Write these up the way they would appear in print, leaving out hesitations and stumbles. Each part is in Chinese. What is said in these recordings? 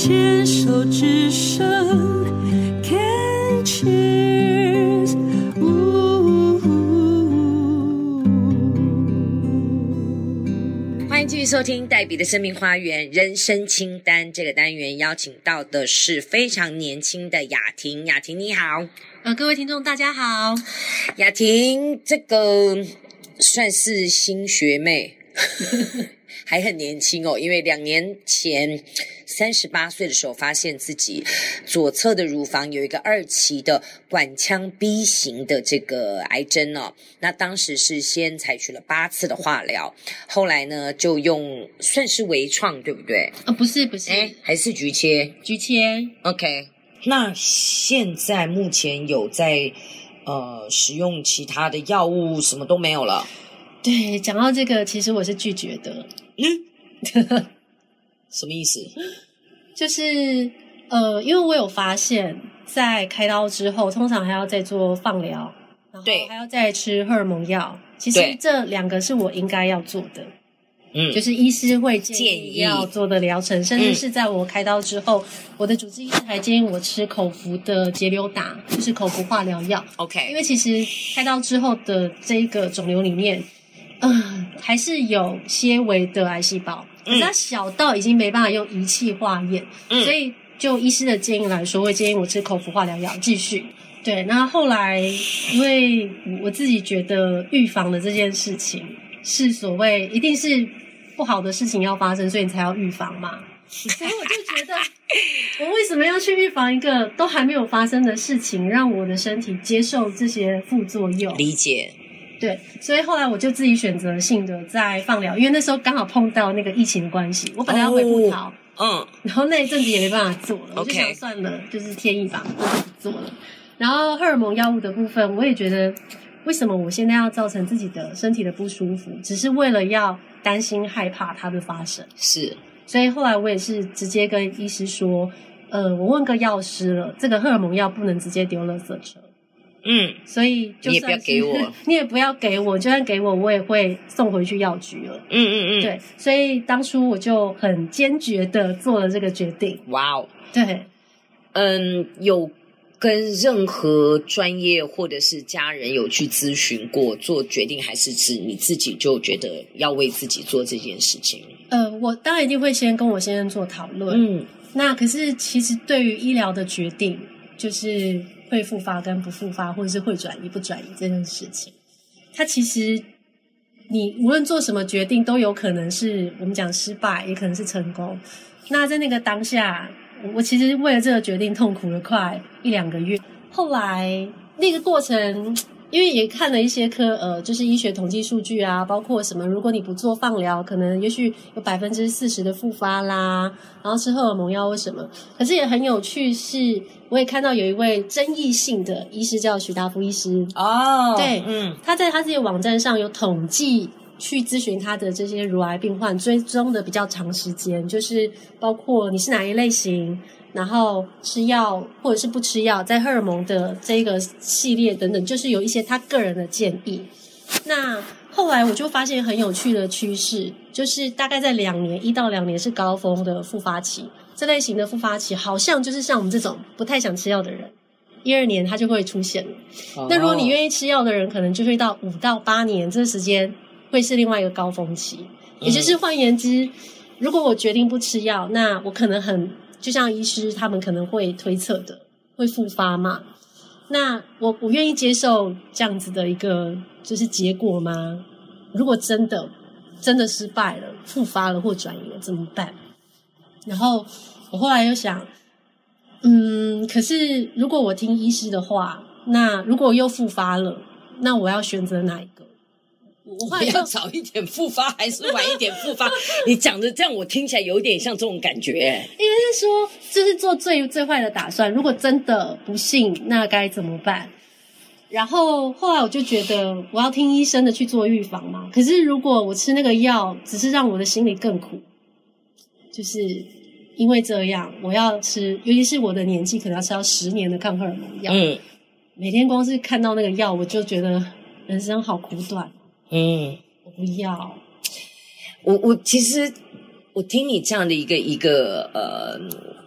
牵手之声 Can cheers。 欢迎继续收听黛比的生命花园人生清单，这个单元邀请到的是非常年轻的雅婷。雅婷你好。 各位听众大家好。 雅婷这个算是新学妹还很年轻哦，因为2年前38岁的时候发现自己左侧的乳房有一个2期的管腔 B 型的这个癌症哦。那当时是先采取了8次的化疗，后来呢就用算是微创对不对？ 不是还是局切 OK。 那现在目前有在使用其他的药物，什么都没有了？ 对，讲到这个其实我是拒绝的。 什么意思？ 就是因为我有发现在开刀之后通常还要再做放疗，然后还要再吃荷尔蒙药，其实这2个是我应该要做的。就是医师会建议要做的疗程，甚至是在我开刀之后，我的主治医师还建议我吃口服的节流打，就是口服化疗药。 OK， 因为其实开刀之后的这个肿瘤里面，还是有些微的癌细胞，可是它小到已经没办法用仪器化验，所以就医师的建议来说，会建议我吃口服化疗药继续。对，那后来因为我自己觉得预防的这件事情是所谓一定是不好的事情要发生，所以你才要预防嘛。所以我就觉得我为什么要去预防一个都还没有发生的事情，让我的身体接受这些副作用？ 理解。 对，所以后来我就自己选择性的在放疗，因为那时候刚好碰到那个疫情的关系，我本来要回葡萄，然后那一阵子也没办法做了，我就想算了，就是天意吧，我就不做了。然后荷尔蒙药物的部分，我也觉得为什么我现在要造成自己的身体的不舒服，只是为了要担心害怕它的发生。 是， 所以后来我也是直接跟医师说，我问个药师了，这个荷尔蒙药不能直接丢垃圾车。所以就算是你也不要给我，你也不要给我，就算给我，我也会送回去药局了。对，所以当初我就很坚决的做了这个决定。 哇哦， 对， 有跟任何专业或者是家人有去咨询过做决定，还是你自己就觉得要为自己做这件事情？ 我当然一定会先跟我先生做讨论。那可是其实对于医疗的决定，就是会复发跟不复发，或者是会转移不转移这件事情，它其实你无论做什么决定都有可能是我们讲失败，也可能是成功。那在那个当下，我其实为了这个决定痛苦了快1-2个月。后来那个过程，因为也看了一些就是医学统计数据啊，包括什么如果你不做放疗，可能也许有40%的复发啦，然后吃荷尔蒙药或什么。可是也很有趣是，我也看到有一位争议性的医师叫许达夫医师。对，他在他自己的网站上有统计去咨询他的这些乳癌病患，追踪的比较长时间，就是包括你是哪一类型，然后吃药或者是不吃药，在荷尔蒙的这个系列等等，就是有一些他个人的建议。那后来我就发现很有趣的趋势，就是大概在1到2年是高峰的复发期，这类型的复发期好像就是像我们这种不太想吃药的人，1-2年它就会出现了。那如果你愿意吃药的人，可能就会到5到8年，这个时间会是另外一个高峰期。也就是换言之，如果我决定不吃药，那我可能就像医师他们可能会推测的，会复发嘛。那我愿意接受这样子的一个就是结果吗？如果真的失败了，复发了或转移了怎么办？然后我后来又想，可是如果我听医师的话，那如果又复发了，那我要选择哪一个？我后来要早一点复发还是晚一点复发？你讲的这样我听起来有点像这种感觉。 因为是说就是做最坏的打算，如果真的不幸那该怎么办？然后后来我就觉得我要听医生的去做预防嘛。可是如果我吃那个药只是让我的心里更苦，就是因为这样我要吃，尤其是我的年纪可能要吃到10年的抗荷尔蒙药。每天光是看到那个药我就觉得人生好苦短。我不要。 我其实我听你这样的一个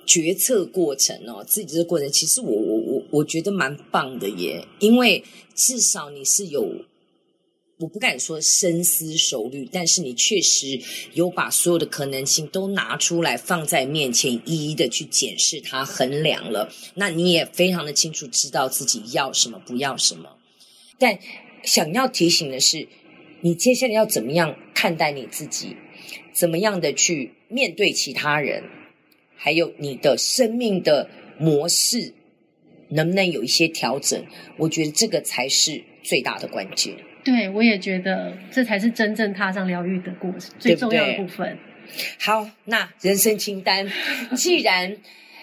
决策过程哦，自己的过程，其实我觉得蛮棒的耶，因为至少你是有，我不敢说深思熟虑，但是你确实有把所有的可能性都拿出来放在面前，一一的去检视它、衡量了。那你也非常的清楚知道自己要什么，不要什么。但想要提醒的是，你接下来要怎么样看待你自己，怎么样的去面对其他人，还有你的生命的模式能不能有一些调整，我觉得这个才是最大的关键。 对，我也觉得这才是真正踏上疗愈的过程，最重要的部分。 好，那人生清单既然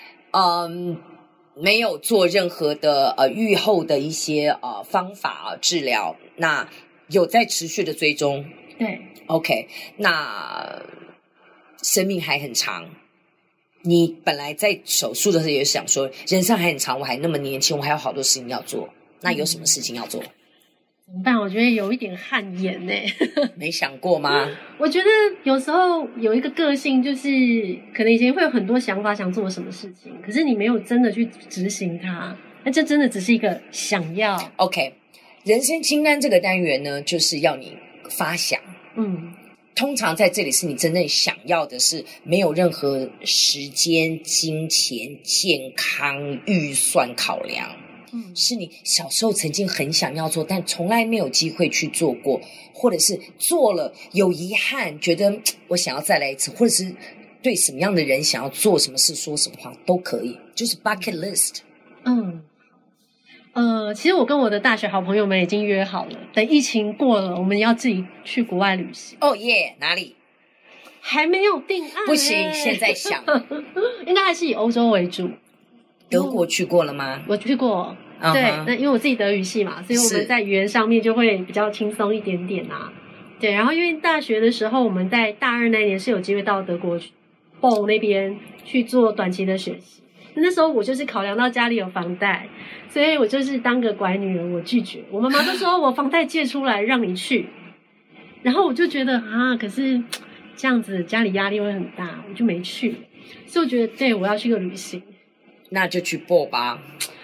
没有做任何的预后的一些方法治疗，那有在持续的追踪。 对 OK， 那生命还很长，你本来在手术的时候也想说人生还很长，我还那么年轻，我还有好多事情要做，那有什么事情要做？ 怎么办？我觉得有一点汗颜耶。 没想过吗？ 我觉得有时候有一个个性，就是可能以前会有很多想法想做什么事情，可是你没有真的去执行它，那这真的只是一个想要。 OK， 人生清单这个单元呢，就是要你发想。通常在这里是你真正想要的，是没有任何时间、金钱、健康、预算考量，是你小时候曾经很想要做，但从来没有机会去做过，或者是做了有遗憾，觉得我想要再来一次，或者是对什么样的人想要做什么事、说什么话都可以，就是 bucket list。 其实我跟我的大学好朋友们已经约好了，等疫情过了，我们要自己去国外旅行。 哦耶，哪里？ 还没有定案。 不行，现在想。 应该还是以欧洲为主。 德国去过了吗？ 我去过。对，那因为我自己德语系嘛，所以我们在语言上面就会比较轻松一点点啊。对，然后因为大学的时候，我们在大二那年是有机会到德国Bonn那边去做短期的学习。那时候我就是考量到家里有房贷，所以我就是当个乖女人，我拒绝。我妈妈就说我房贷借出来让你去，然后我就觉得可是这样子家里压力会很大，我就没去。所以我觉得对，我要去个旅行。 那就去Bonn吧。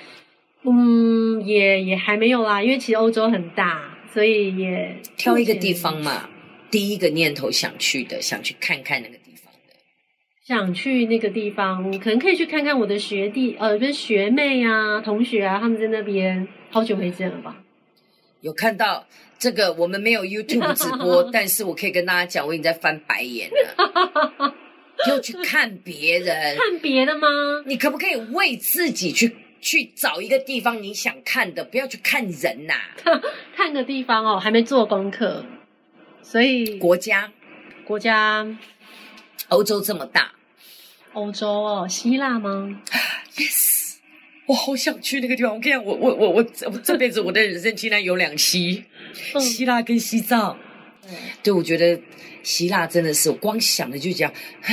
也还没有啦，因为其实欧洲很大，所以也挑一个地方嘛，第一个念头想去的，想去看看那个地方的。 想去那个地方，可能可以去看看我的学弟跟学妹啊、同学啊，他们在那边好久没见了吧？ 有看到这个，我们没有 YouTube 直播，但是我可以跟大家讲，我已经在翻白眼了。又去看别人， 看别的吗？ 你可不可以为自己去找一个地方你想看的，不要去看人呐。 看个地方哦，还没做功课，所以国家，欧洲这么大， 欧洲哦，希腊吗 ？Yes， 我好想去那个地方。我跟你讲，我这辈子我的人生竟然有2期，希腊跟西藏。对，我觉得希腊真的是，我光想的就这样，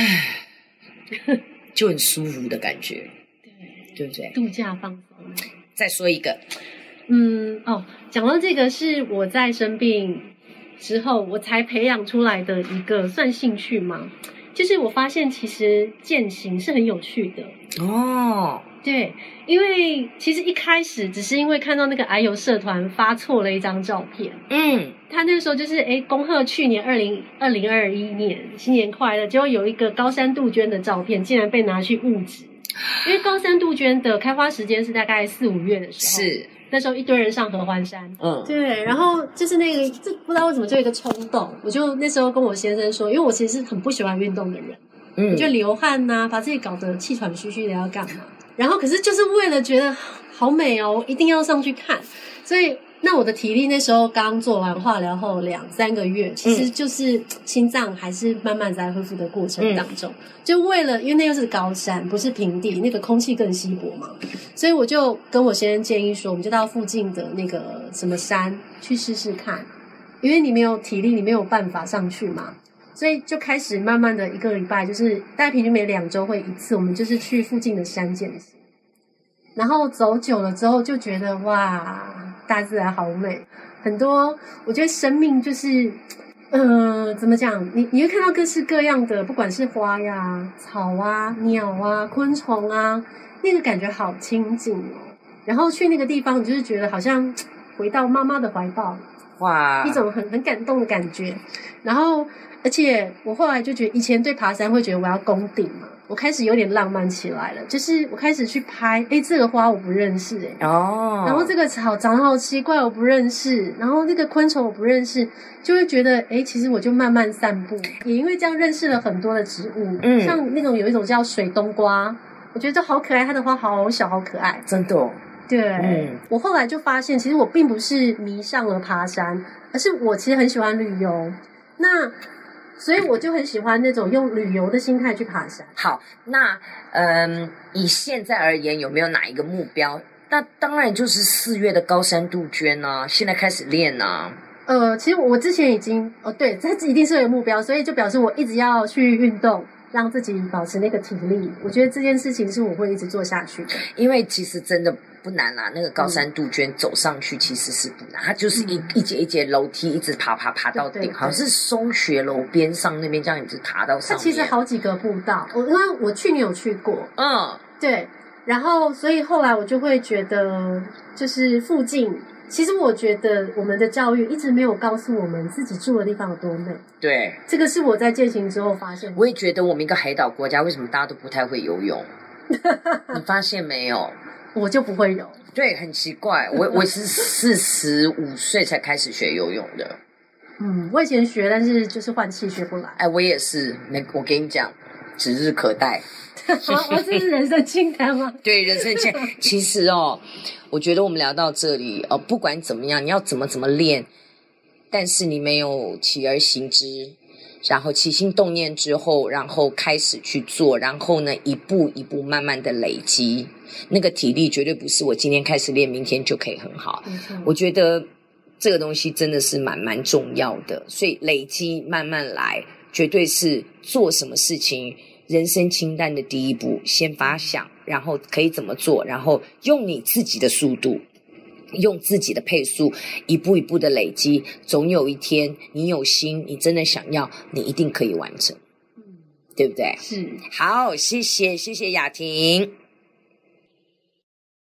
就很舒服的感觉，对不对？ 度假放松。 再说一个， 讲到这个是我在生病之后我才培养出来的一个算兴趣嘛，就是我发现其实健行是很有趣的哦。对，因为其实一开始只是因为看到那个癌友社团发错了一张照片，他那个时候就是恭贺去年2021年新年快乐，结果有一个高山杜鹃的照片竟然被拿去误植，因为高山杜鹃的开花时间是大概4-5月的时候，是那时候一堆人上合欢山，对，然后就是那个这不知道为什么就有一个冲动，我就那时候跟我先生说，因为我其实是很不喜欢运动的人，我就流汗啊，把自己搞得气喘吁吁的要干嘛，然后可是就是为了觉得好美哦，一定要上去看，所以那我的体力那时候刚做完化疗后2-3个月，其实就是心脏还是慢慢在恢复的过程当中，就为了因为那又是高山不是平地，那个空气更稀薄嘛，所以我就跟我先生建议说，我们就到附近的那个什么山去试试看，因为你没有体力你没有办法上去嘛，所以就开始慢慢的1个礼拜，就是大概平均每2周会1次，我们就是去附近的山健行，然后走久了之后就觉得哇，大自然好美，很多我觉得生命就是怎么讲？你会看到各式各样的，不管是花呀、草啊、鸟啊、昆虫啊，那个感觉好亲近哦。然后去那个地方，你就是觉得好像回到妈妈的怀抱， 哇， 一种很感动的感觉。然后，而且我后来就觉得，以前对爬山会觉得我要攻顶嘛，我开始有点浪漫起来了，就是我开始去拍，这个花我不认识哦， 然后这个草长得好奇怪，我不认识，然后那个昆虫我不认识，就会觉得其实我就慢慢散步，也因为这样认识了很多的植物，像那种有一种叫水冬瓜，我觉得好可爱，它的花好小好可爱， 真的哦。 对，我后来就发现，其实我并不是迷上了爬山，而是我其实很喜欢旅游。那所以我就很喜欢那种用旅游的心态去爬山。 好，那以现在而言，有没有哪一个目标？那当然就是4月的高山杜鹃啊，现在开始练啊。 其实我之前已经对，这一定是有目标，所以就表示我一直要去运动。让自己保持那个体力，我觉得这件事情是我会一直做下去的。 因为其实真的不难啦，那个高山杜鹃走上去其实是不难，它就是一节一节楼梯一直爬到顶，好像是松雪楼边上那边这样一直爬到上面。 它其实好几个步道，因为我去年有去过，对，然后所以后来我就会觉得，就是附近。其实我觉得我们的教育一直没有告诉我们自己住的地方有多美。 对， 这个是我在践行之后发现的。 我也觉得我们一个海岛国家，为什么大家都不太会游泳？你发现没有？ 我就不会游。 对，很奇怪。我是45岁才开始学游泳的。 我以前学，但是就是换气学不来。 我也是。我跟你讲，指日可待。 这是人生清单吗？ 对，人生清单。其实我觉得我们聊到这里不管怎么样，你要怎么练，但是你没有起而行之，然后起心动念之后，然后开始去做，然后呢一步一步慢慢的累积，那个体力绝对不是我今天开始练，明天就可以很好。我觉得这个东西真的是蛮重要的，所以累积慢慢来，绝对是做什么事情人生清单的第一步，先发想，然后可以怎么做，然后用你自己的速度，用自己的配速，一步一步的累积，总有一天你有心，你真的想要，你一定可以完成，对不对？ 是。 好，谢谢雅婷。